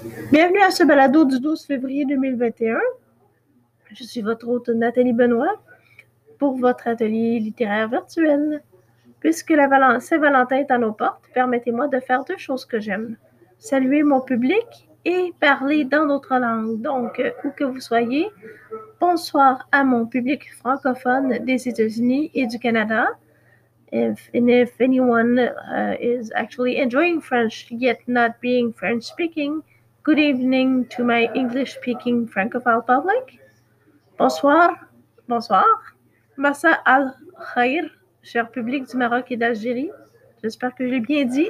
Bienvenue à ce balado du 12 février 2021. Je suis votre hôte Nathalie Benoît pour votre atelier littéraire virtuel. Puisque la Saint-Valentin est à nos portes, permettez-moi de faire deux choses que j'aime. Saluer mon public et parler dans d'autres langues. Donc, où que vous soyez, bonsoir à mon public francophone des États-Unis et du Canada. If anyone is actually enjoying French yet not being French speaking, good evening to my English speaking francophone public. Bonsoir, bonsoir. Massa al-Khair, cher public du Maroc et d'Algérie. J'espère que j'ai bien dit.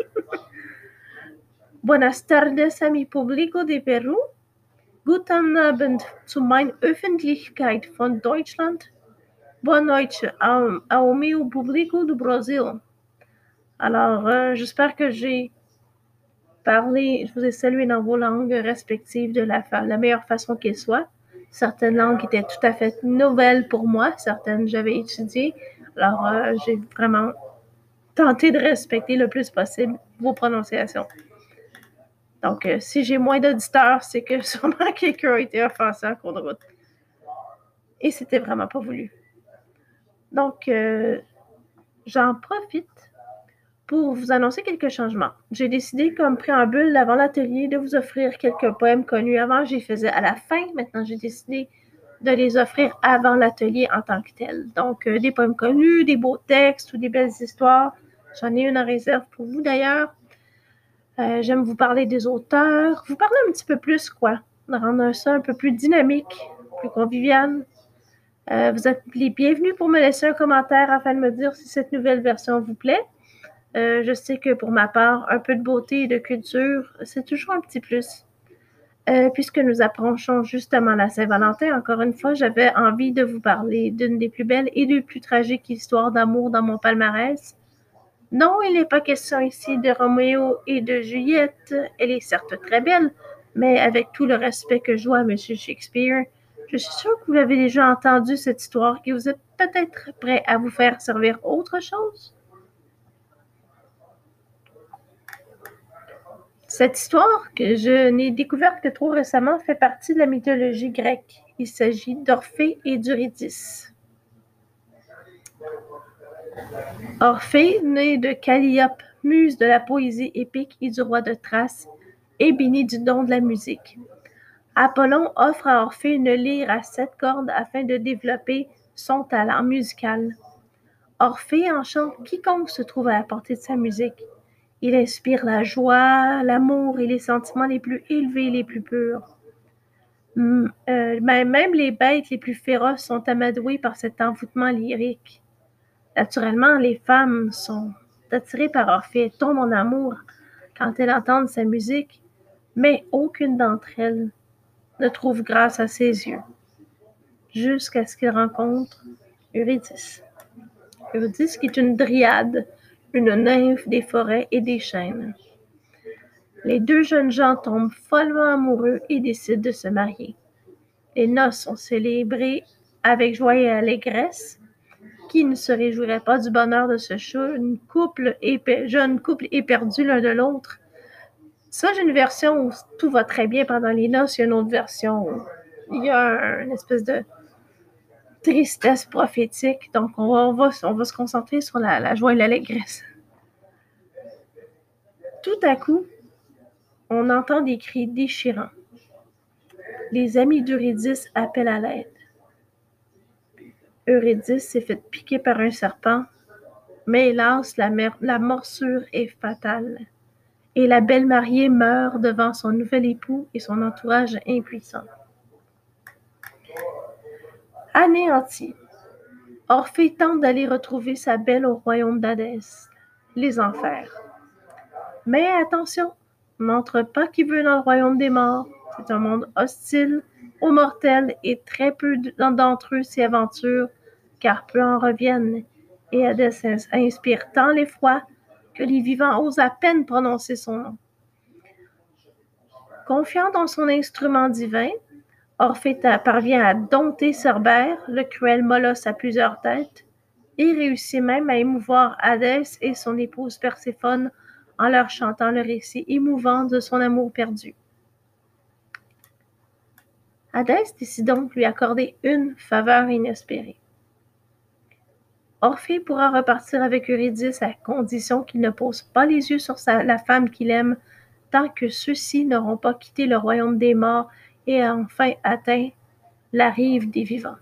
Buenas tardes, ami público de Peru. Guten Abend zu mein Öffentlichkeit von Deutschland. Boa noite ao meu público do Brasil. Alors, j'espère que j'ai parlé, je vous ai salué dans vos langues respectives de la meilleure façon qu'elle soit. Certaines langues étaient tout à fait nouvelles pour moi, certaines j'avais étudiées. Alors, j'ai vraiment tenté de respecter le plus possible vos prononciations. Donc, si j'ai moins d'auditeurs, c'est que sûrement quelqu'un a été offensé en cours de route. Et c'était vraiment pas voulu. Donc, j'en profite pour vous annoncer quelques changements. J'ai décidé, comme préambule avant l'atelier, de vous offrir quelques poèmes connus. Avant, je les faisais à la fin. Maintenant, j'ai décidé de les offrir avant l'atelier en tant que tel. Donc, des poèmes connus, des beaux textes ou des belles histoires. J'en ai une en réserve pour vous, d'ailleurs. J'aime vous parler des auteurs, vous parler un petit peu plus, rendre ça un peu plus dynamique, plus convivial. Vous êtes les bienvenus pour me laisser un commentaire afin de me dire si cette nouvelle version vous plaît. Je sais que pour ma part, un peu de beauté et de culture, c'est toujours un petit plus. Puisque nous approchons justement la Saint-Valentin, encore une fois, j'avais envie de vous parler d'une des plus belles et des plus tragiques histoires d'amour dans mon palmarès. Non, il n'est pas question ici de Roméo et de Juliette. Elle est certes très belle, mais avec tout le respect que je dois à M. Shakespeare, je suis sûre que vous avez déjà entendu cette histoire et que vous êtes peut-être prêt à vous faire servir autre chose. Cette histoire, que je n'ai découverte que trop récemment, fait partie de la mythologie grecque. Il s'agit d'Orphée et d'Eurydice. Orphée, né de Calliope, muse de la poésie épique et du roi de Thrace, est béni du don de la musique. Apollon offre à Orphée une lyre à 7 cordes afin de développer son talent musical. Orphée enchante quiconque se trouve à la portée de sa musique. Il inspire la joie, l'amour et les sentiments les plus élevés et les plus purs. Même les bêtes les plus féroces sont amadouées par cet envoûtement lyrique. Naturellement, les femmes sont attirées par Orphée, tombent en amour quand elles entendent sa musique, mais aucune d'entre elles ne trouve grâce à ses yeux, jusqu'à ce qu'il rencontre Eurydice. Eurydice qui est une dryade, une nymphe des forêts et des chênes. Les deux jeunes gens tombent follement amoureux et décident de se marier. Les noces sont célébrées avec joie et allégresse. Qui ne se réjouirait pas du bonheur de ce jeune couple éperdus l'un de l'autre? Ça, j'ai une version où tout va très bien pendant les noces. Il y a une autre version où il y a une espèce de tristesse prophétique. Donc, on va se concentrer sur la joie et l'allégresse. Tout à coup, on entend des cris déchirants. Les amis d'Eurydice appellent à l'aide. Eurydice s'est fait piquer par un serpent, mais hélas, la morsure est fatale. Et la belle mariée meurt devant son nouvel époux et son entourage impuissant. Anéanti, Orphée tente d'aller retrouver sa belle au royaume d'Hadès, les enfers. Mais attention, n'entre pas qui veut dans le royaume des morts. C'est un monde hostile aux mortels et très peu d'entre eux s'y aventurent, car peu en reviennent. Et Hadès inspire tant l'effroi que les vivants osent à peine prononcer son nom. Confiant dans son instrument divin, Orphée parvient à dompter Cerbère, le cruel molosse à plusieurs têtes, et réussit même à émouvoir Hadès et son épouse Perséphone en leur chantant le récit émouvant de son amour perdu. Hadès décide donc de lui accorder une faveur inespérée. Orphée pourra repartir avec Eurydice à condition qu'il ne pose pas les yeux sur la femme qu'il aime tant que ceux-ci n'auront pas quitté le royaume des morts et enfin atteint la rive des vivants.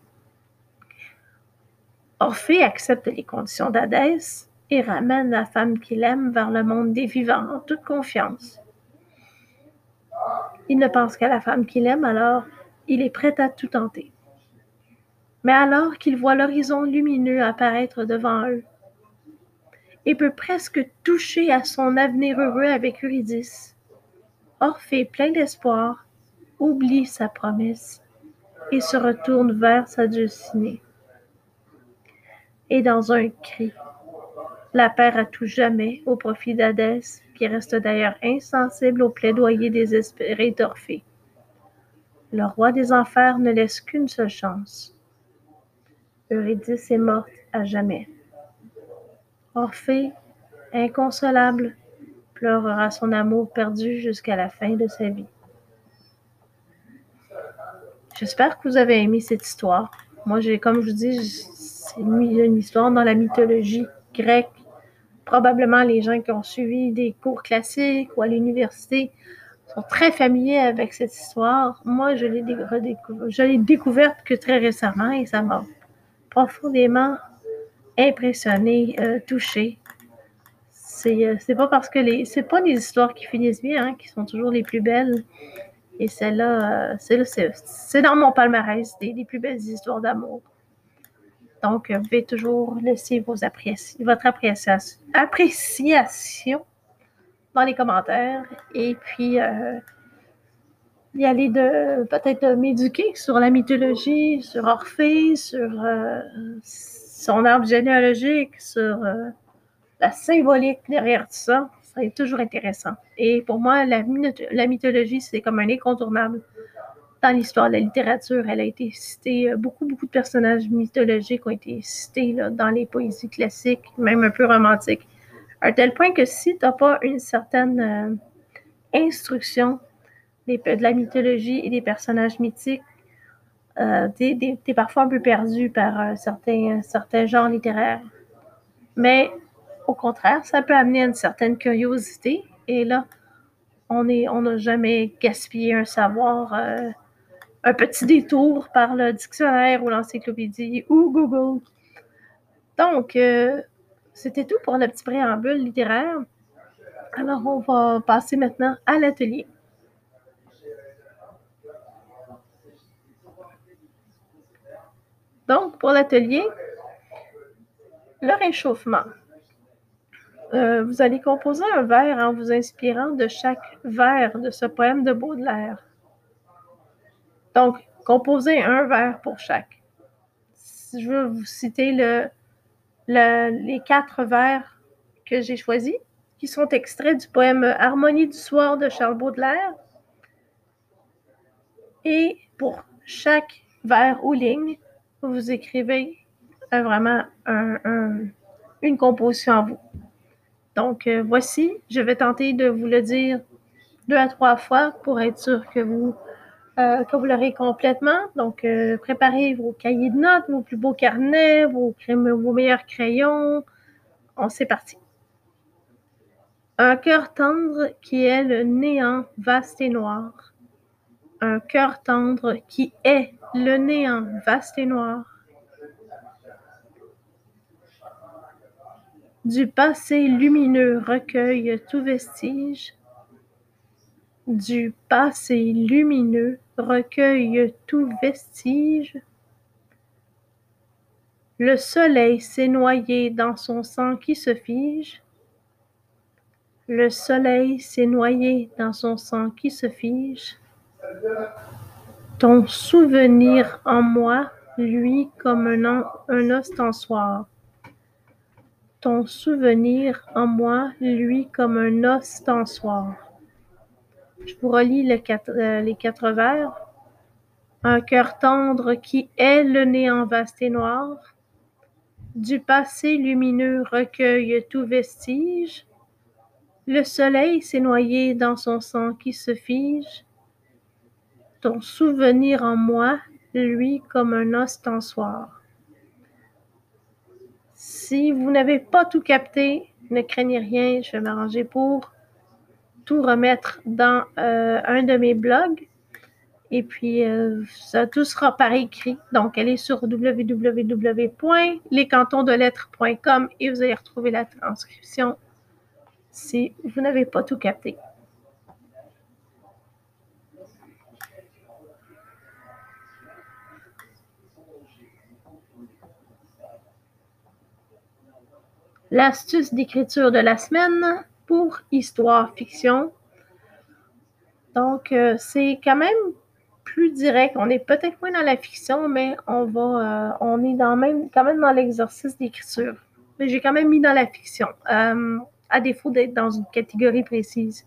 Orphée accepte les conditions d'Hadès et ramène la femme qu'il aime vers le monde des vivants en toute confiance. Il ne pense qu'à la femme qu'il aime, alors il est prêt à tout tenter. Mais alors qu'il voit l'horizon lumineux apparaître devant eux, et peut presque toucher à son avenir heureux avec Eurydice, Orphée, plein d'espoir, oublie sa promesse et se retourne vers sa Dulcinée. Et dans un cri, la perd à tout jamais au profit d'Hadès, qui reste d'ailleurs insensible au plaidoyer désespéré d'Orphée. Le roi des enfers ne laisse qu'une seule chance. Eurydice est morte à jamais. Orphée, inconsolable, pleurera son amour perdu jusqu'à la fin de sa vie. J'espère que vous avez aimé cette histoire. Moi, comme je vous dis, c'est une histoire dans la mythologie grecque. Probablement les gens qui ont suivi des cours classiques ou à l'université sont très familiers avec cette histoire. Moi, je l'ai découverte que très récemment et ça m'a profondément impressionnée, touchée. C'est pas parce que c'est pas les histoires qui finissent bien, qui sont toujours les plus belles. Et celle-là, c'est dans mon palmarès des plus belles histoires d'amour. Donc, vous pouvez toujours laisser votre appréciation dans les commentaires et puis y aller peut-être m'éduquer sur la mythologie, sur Orphée, sur son arbre généalogique, sur la symbolique derrière tout ça. C'est toujours intéressant. Et pour moi, la mythologie, c'est comme un incontournable dans l'histoire de la littérature. Elle a été citée, beaucoup de personnages mythologiques ont été cités là, dans les poésies classiques, même un peu romantiques, à un tel point que si tu n'as pas une certaine instruction de la mythologie et des personnages mythiques, tu es parfois un peu perdu par certains genres littéraires. Mais au contraire, ça peut amener à une certaine curiosité. Et là, on n'a jamais gaspillé un savoir, un petit détour par le dictionnaire ou l'encyclopédie ou Google. Donc, c'était tout pour le petit préambule littéraire. Alors, on va passer maintenant à l'atelier. Donc, pour l'atelier, le réchauffement. Vous allez composer un vers en vous inspirant de chaque vers de ce poème de Baudelaire. Donc, composez un vers pour chaque. Je vais vous citer les 4 vers que j'ai choisis, qui sont extraits du poème Harmonie du soir de Charles Baudelaire. Et pour chaque vers ou ligne, vous écrivez vraiment une composition à vous. Donc, voici, je vais tenter de vous le dire 2 à 3 fois pour être sûr que vous l'aurez complètement. Donc, préparez vos cahiers de notes, vos plus beaux carnets, vos meilleurs crayons. C'est parti. Un cœur tendre qui est le néant vaste et noir. Un cœur tendre qui est le néant vaste et noir. Du passé lumineux recueille tout vestige. Du passé lumineux recueille tout vestige. Le soleil s'est noyé dans son sang qui se fige. Le soleil s'est noyé dans son sang qui se fige. Ton souvenir en moi luit comme un ostensoir. Ton souvenir en moi luit comme un ostensoir. Je vous relis les 4 vers. Un cœur tendre qui est le néant vaste et noir. Du passé lumineux recueille tout vestige. Le soleil s'est noyé dans son sang qui se fige. ton souvenir en moi, lui, comme un ostensoir. Si vous n'avez pas tout capté, ne craignez rien, je vais m'arranger pour tout remettre dans un de mes blogs. Et puis, ça tout sera par écrit. Donc, allez sur www.lescantonsdelettres.com et vous allez retrouver la transcription si vous n'avez pas tout capté. L'astuce d'écriture de la semaine pour histoire fiction. Donc, c'est quand même plus direct. On est peut-être moins dans la fiction, mais on est quand même dans l'exercice d'écriture. Mais j'ai quand même mis dans la fiction, à défaut d'être dans une catégorie précise.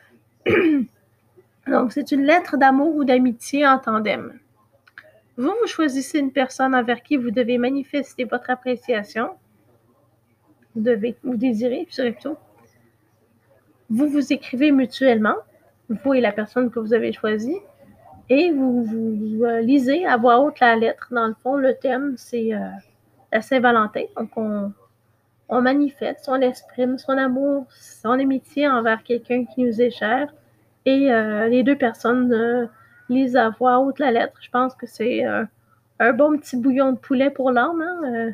Donc, c'est une lettre d'amour ou d'amitié en tandem. Vous choisissez une personne envers qui vous devez manifester votre appréciation. Vous désirez, surtout. Vous écrivez mutuellement, vous et la personne que vous avez choisie, et vous lisez à voix haute la lettre. Dans le fond, le thème, c'est la Saint-Valentin. Donc, on manifeste, on exprime son amour, son amitié envers quelqu'un qui nous est cher. Et les deux personnes lisent à voix haute la lettre. Je pense que c'est un bon petit bouillon de poulet pour l'âme,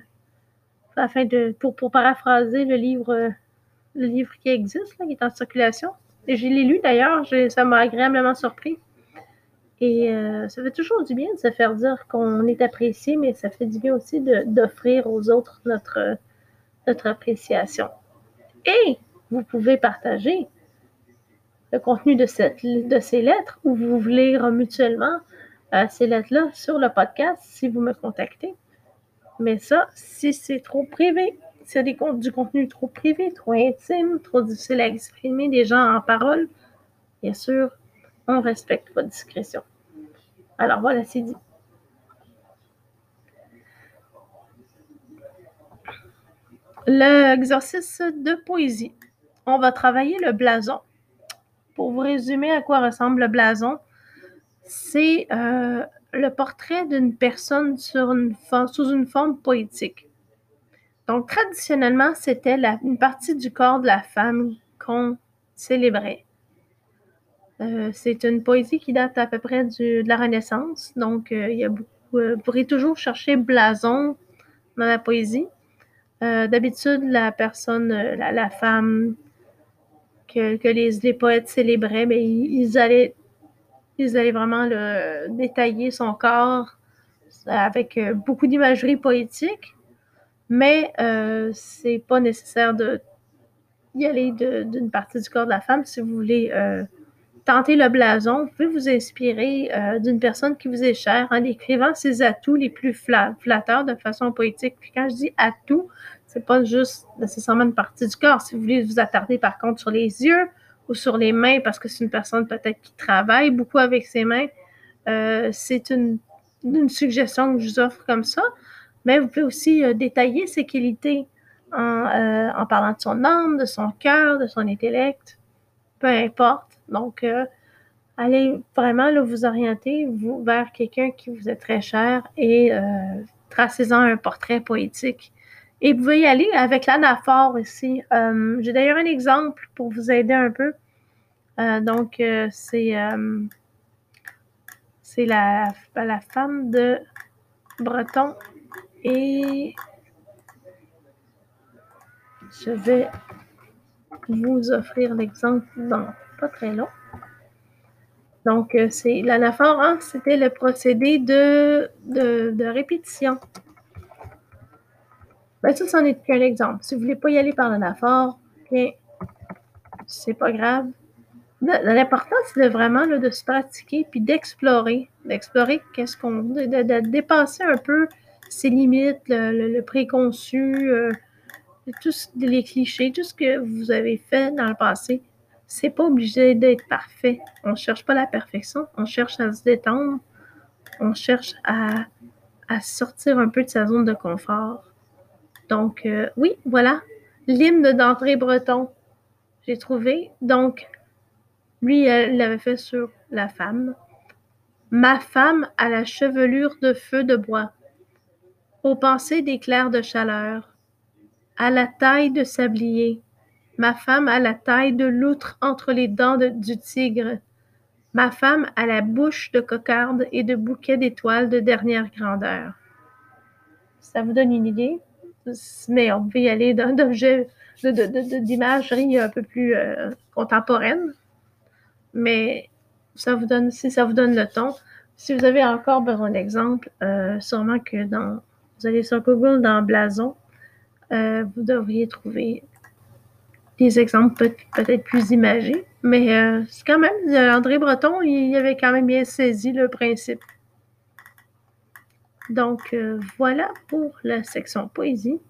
pour paraphraser le livre qui existe, là, qui est en circulation. Et je l'ai lu d'ailleurs, ça m'a agréablement surpris. Et ça fait toujours du bien de se faire dire qu'on est apprécié, mais ça fait du bien aussi d'offrir aux autres notre appréciation. Et vous pouvez partager le contenu de ces lettres ou vous lire mutuellement ces lettres-là sur le podcast si vous me contactez. Mais ça, si c'est trop privé, s'il y a du contenu trop privé, trop intime, trop difficile à exprimer des gens en parole, bien sûr, on respecte votre discrétion. Alors voilà, c'est dit. L'exercice de poésie. On va travailler le blason. Pour vous résumer à quoi ressemble le blason, c'est le portrait d'une personne sous une forme poétique. Donc, traditionnellement, c'était une partie du corps de la femme qu'on célébrait. C'est une poésie qui date à peu près de la Renaissance. Donc, il y a beaucoup, vous pourrez toujours chercher blason dans la poésie. D'habitude, la personne, la femme que les poètes célébraient, mais ils allaient vraiment détailler son corps avec beaucoup d'imagerie poétique, mais c'est pas nécessaire d'y aller d'une partie du corps de la femme. Si vous voulez tenter le blason, vous pouvez vous inspirer d'une personne qui vous est chère en écrivant ses atouts les plus flatteurs de façon poétique. Puis quand je dis atouts, c'est pas juste nécessairement une partie du corps. Si vous voulez vous attarder par contre sur les yeux ou sur les mains, parce que c'est une personne peut-être qui travaille beaucoup avec ses mains, c'est une suggestion que je vous offre comme ça. Mais vous pouvez aussi détailler ses qualités en parlant de son âme, de son cœur, de son intellect, peu importe. Donc, allez vraiment là, vous orienter vers quelqu'un qui vous est très cher et tracez-en un portrait poétique. Et vous pouvez y aller avec l'anaphore ici. J'ai d'ailleurs un exemple pour vous aider un peu. Donc, c'est la femme de Breton et je vais vous offrir l'exemple dans pas très long. Donc, c'est l'anaphore, hein, c'était le procédé de répétition. Ben, ça, c'en est qu'un exemple. Si vous ne voulez pas y aller par l'anaphore, bien, c'est pas grave. L'important, c'est vraiment de se pratiquer puis d'explorer de dépasser un peu ses limites, le préconçu, tous les clichés, tout ce que vous avez fait dans le passé. C'est pas obligé d'être parfait. On cherche pas la perfection, on cherche à se détendre, on cherche à sortir un peu de sa zone de confort. Donc, oui, voilà, l'hymne d'André Breton, j'ai trouvé. Donc, lui, il l'avait fait sur la femme. Ma femme à la chevelure de feu de bois, aux pensées d'éclairs de chaleur, à la taille de sablier, ma femme à la taille de loutre entre les dents du tigre, ma femme à la bouche de cocarde et de bouquets d'étoiles de dernière grandeur. Ça vous donne une idée? Mais on peut y aller d'objets, d'imagerie un peu plus contemporaine. Mais ça vous donne, si ça vous donne le ton. Si vous avez encore besoin d'exemples, sûrement que vous allez sur Google dans Blason, vous devriez trouver des exemples peut-être plus imagés. Mais c'est quand même, André Breton, il avait quand même bien saisi le principe. Donc, voilà pour la section poésie.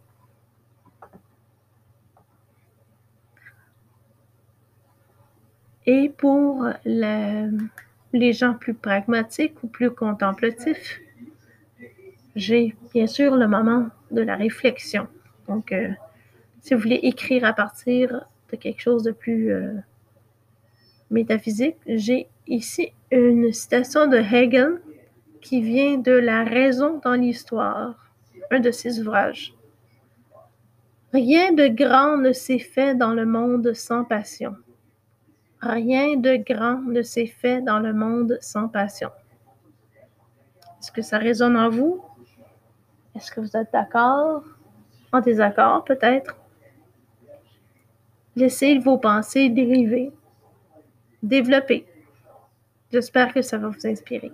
Et pour les gens plus pragmatiques ou plus contemplatifs, j'ai bien sûr le moment de la réflexion. Donc, si vous voulez écrire à partir de quelque chose de plus métaphysique, j'ai ici une citation de Hegel qui vient de La raison dans l'histoire, un de ses ouvrages. Rien de grand ne s'est fait dans le monde sans passion. Rien de grand ne s'est fait dans le monde sans passion. Est-ce que ça résonne en vous? Est-ce que vous êtes d'accord? En désaccord, peut-être? Laissez vos pensées dériver. Développer. J'espère que ça va vous inspirer.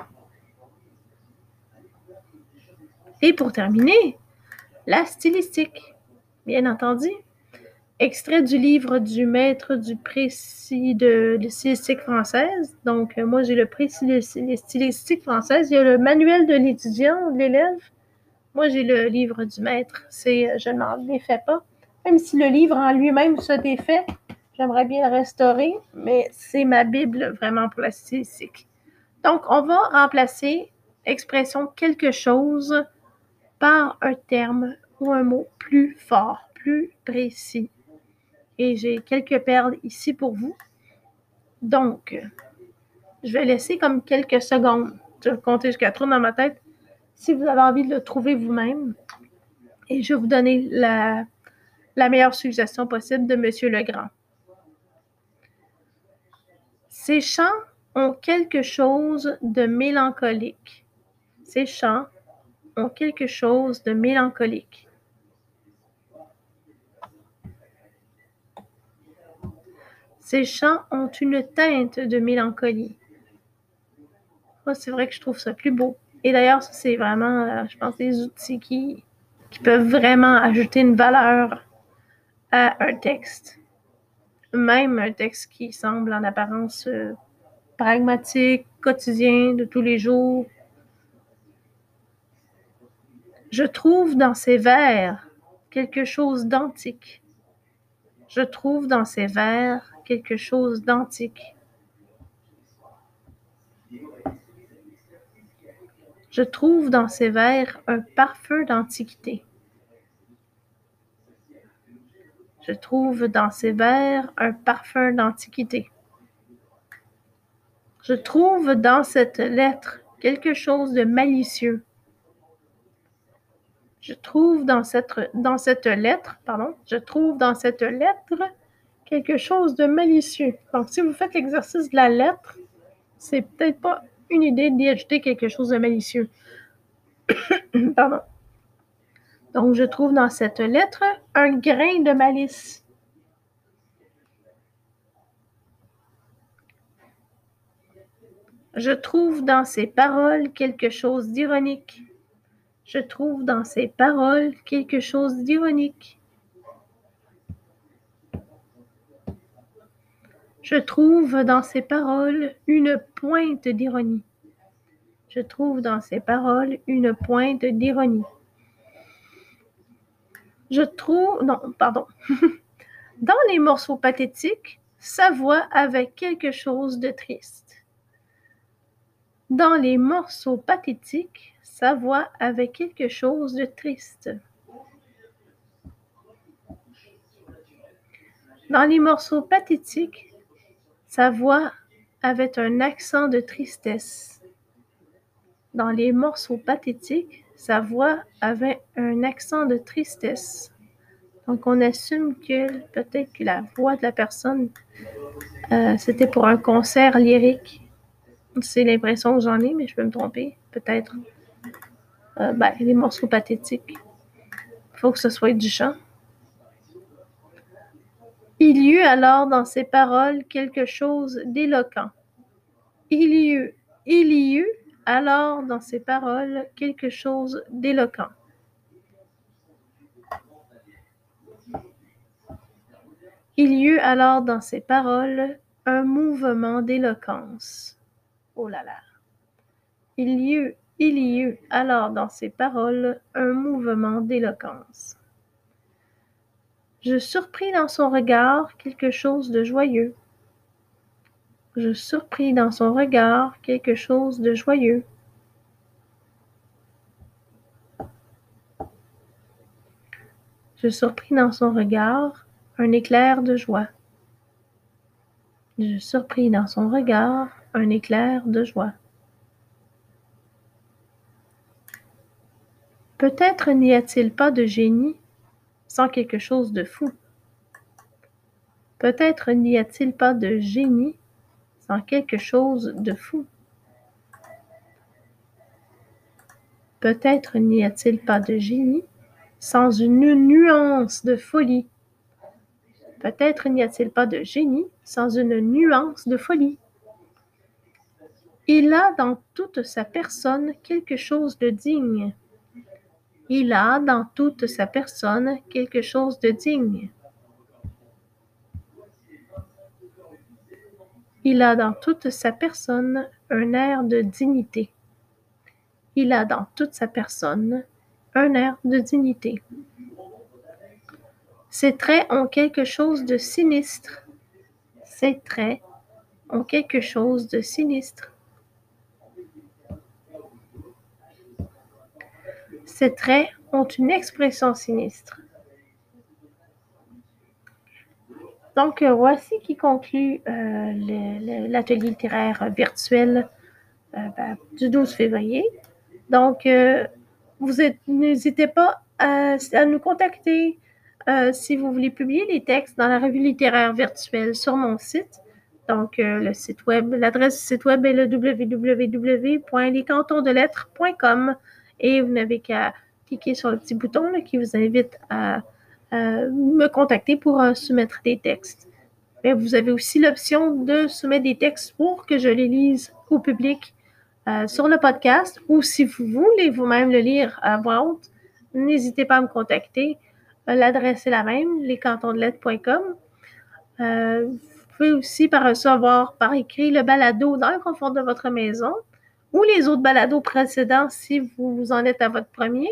Et pour terminer, la stylistique. Bien entendu, extrait du livre du maître du précis de stylistique française. Donc, moi, j'ai le précis de stylistique française. Il y a le manuel de l'étudiant, de l'élève. Moi, j'ai le livre du maître. Je ne m'en défais pas. Même si le livre en lui-même se défait, j'aimerais bien le restaurer, mais c'est ma Bible vraiment pour la stylistique. Donc, on va remplacer l'expression quelque chose par un terme ou un mot plus fort, plus précis. Et j'ai quelques perles ici pour vous. Donc, je vais laisser comme quelques secondes. Je vais compter jusqu'à 3 dans ma tête. Si vous avez envie de le trouver vous-même, et je vais vous donner la meilleure suggestion possible de M. Legrand. Ces chants ont quelque chose de mélancolique. Ces chants ont quelque chose de mélancolique. Ces chants ont une teinte de mélancolie. Moi, c'est vrai que je trouve ça plus beau. Et d'ailleurs, ça, c'est vraiment, je pense, des outils qui peuvent vraiment ajouter une valeur à un texte. Même un texte qui semble en apparence pragmatique, quotidien, de tous les jours. Je trouve dans ces vers quelque chose d'antique. Je trouve dans ces vers quelque chose d'antique. Je trouve dans ces vers un parfum d'antiquité. Je trouve dans ces vers un parfum d'antiquité. Je trouve dans cette lettre quelque chose de malicieux. Je trouve dans cette lettre quelque chose de malicieux. Donc, si vous faites l'exercice de la lettre, c'est peut-être pas une idée d'y ajouter quelque chose de malicieux. Pardon. Donc, je trouve dans cette lettre un grain de malice. Je trouve dans ces paroles quelque chose d'ironique. Je trouve dans ces paroles quelque chose d'ironique. Je trouve dans ces paroles une pointe d'ironie. Je trouve dans ces paroles une pointe d'ironie. Je trouve... Non, pardon. Dans les morceaux pathétiques, sa voix avait quelque chose de triste. Dans les morceaux pathétiques, sa voix avait quelque chose de triste. Dans les morceaux pathétiques, sa voix avait un accent de tristesse. Dans les morceaux pathétiques, sa voix avait un accent de tristesse. Donc, on assume que peut-être que la voix de la personne, c'était pour un concert lyrique. C'est l'impression que j'en ai, mais je peux me tromper. Peut-être. Les morceaux pathétiques. Il faut que ce soit du chant. Il y eut alors dans ses paroles quelque chose d'éloquent. Il y eut alors dans ses paroles quelque chose d'éloquent. Il y eut alors dans ses paroles un mouvement d'éloquence. Oh là là. Il y eut alors dans ses paroles un mouvement d'éloquence. Je surpris dans son regard quelque chose de joyeux. Je surpris dans son regard quelque chose de joyeux. Je surpris dans son regard un éclair de joie. Je surpris dans son regard un éclair de joie. Peut-être n'y a-t-il pas de génie sans quelque chose de fou. Peut-être n'y a-t-il pas de génie sans quelque chose de fou. Peut-être n'y a-t-il pas de génie sans une nuance de folie. Peut-être n'y a-t-il pas de génie sans une nuance de folie. Il a dans toute sa personne quelque chose de digne. Il a dans toute sa personne quelque chose de digne. Il a dans toute sa personne un air de dignité. Il a dans toute sa personne un air de dignité. Ses traits ont quelque chose de sinistre. Ses traits ont quelque chose de sinistre. Ses traits ont une expression sinistre. Donc, voici qui conclut l'atelier littéraire virtuel du 12 février. Donc, n'hésitez pas à nous contacter si vous voulez publier les textes dans la revue littéraire virtuelle sur mon site. Donc, le site web, l'adresse du site web est le www.lescantonsdelettres.com et vous n'avez qu'à cliquer sur le petit bouton là, qui vous invite à me contacter pour soumettre des textes. Mais vous avez aussi l'option de soumettre des textes pour que je les lise au public sur le podcast, ou si vous voulez vous-même le lire à voix haute, n'hésitez pas à me contacter. L'adresse est la même, lescantonsdelettres.com. Vous pouvez aussi recevoir par écrit le balado dans le confort de votre maison ou les autres balados précédents si vous en êtes à votre premier.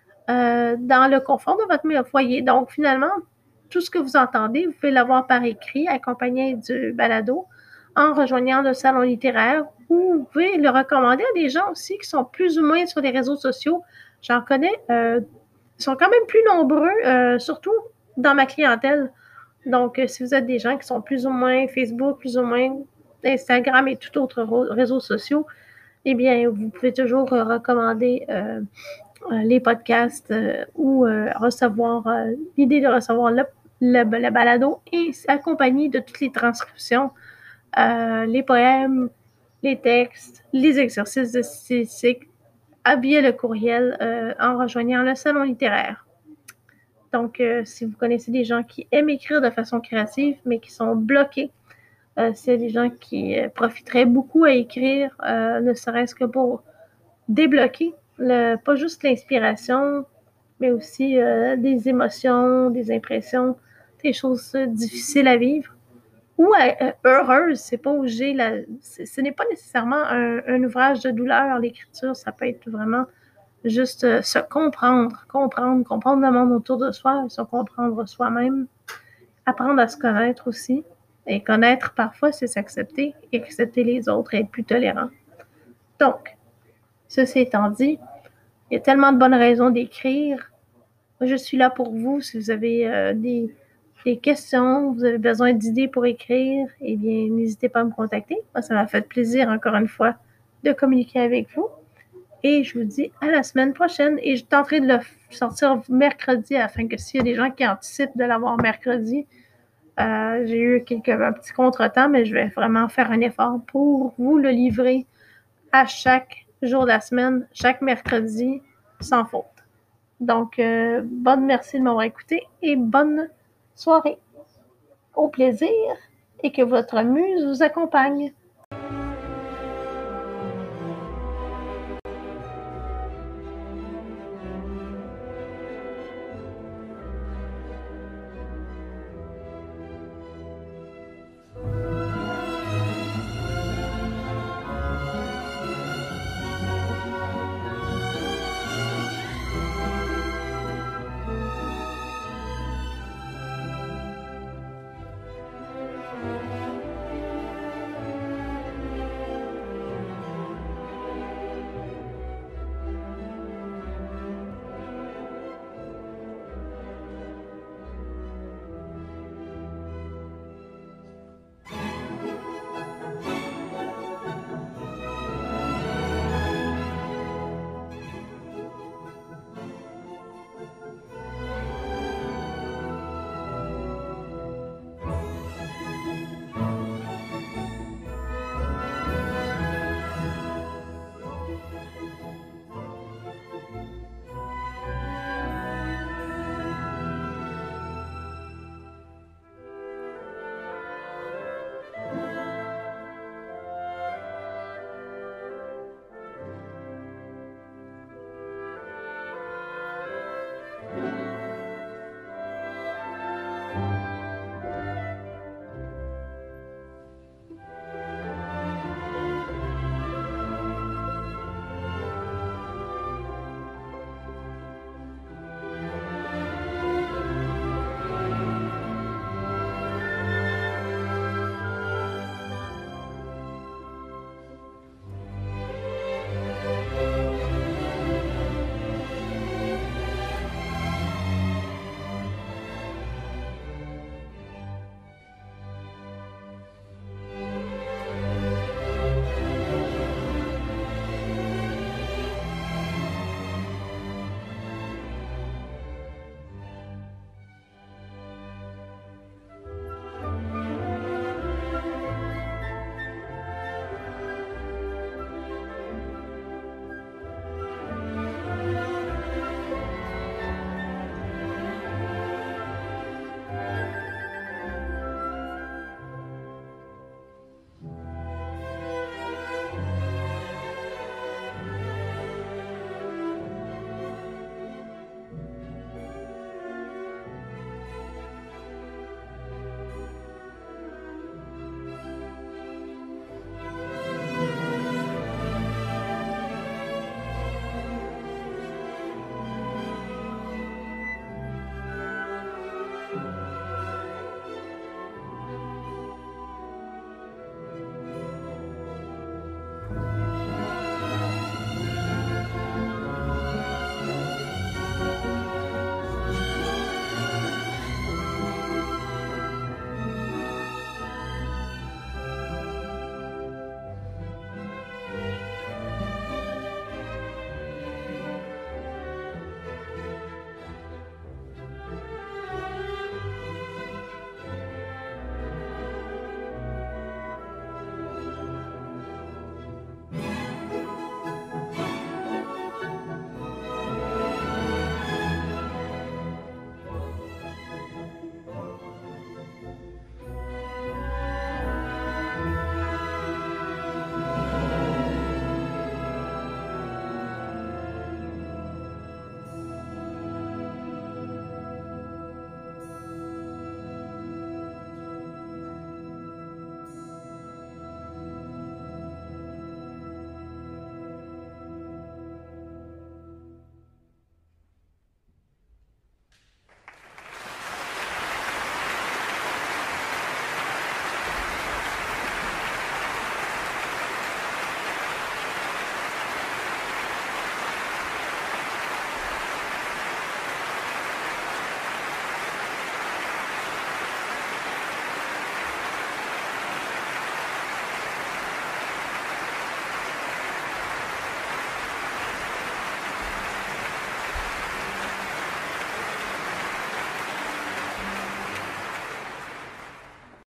Dans le confort de votre foyer. Donc, finalement, tout ce que vous entendez, vous pouvez l'avoir par écrit, accompagné du balado, en rejoignant le salon littéraire, ou vous pouvez le recommander à des gens aussi qui sont plus ou moins sur les réseaux sociaux. J'en connais, ils sont quand même plus nombreux, surtout dans ma clientèle. Donc, si vous êtes des gens qui sont plus ou moins Facebook, plus ou moins Instagram et tout autre réseaux sociaux, eh bien, vous pouvez toujours recommander les podcasts ou recevoir l'idée de recevoir le balado et accompagné de toutes les transcriptions, les poèmes, les textes, les exercices de statistique via le courriel en rejoignant le salon littéraire. Donc, si vous connaissez des gens qui aiment écrire de façon créative, mais qui sont bloqués, c'est des gens qui profiteraient beaucoup à écrire, ne serait-ce que pour débloquer pas juste l'inspiration, mais aussi des émotions, des impressions, des choses difficiles à vivre ou heureuses. C'est pas obligé, ce n'est pas nécessairement un ouvrage de douleur, l'écriture. Ça peut être vraiment juste se comprendre le monde autour de soi, se comprendre soi-même, apprendre à se connaître aussi. Et connaître, parfois, c'est s'accepter, et accepter les autres et être plus tolérant. Donc, ceci étant dit, il y a tellement de bonnes raisons d'écrire. Moi, je suis là pour vous. Si vous avez des questions, vous avez besoin d'idées pour écrire, eh bien, n'hésitez pas à me contacter. Moi, ça m'a fait plaisir, encore une fois, de communiquer avec vous. Et je vous dis à la semaine prochaine. Et je tenterai de le sortir mercredi afin que s'il y a des gens qui anticipent de l'avoir mercredi, j'ai eu un petit contretemps, mais je vais vraiment faire un effort pour vous le livrer à chaque jour de la semaine, chaque mercredi, sans faute. Donc, bonne merci de m'avoir écouté et bonne soirée. Au plaisir et que votre muse vous accompagne.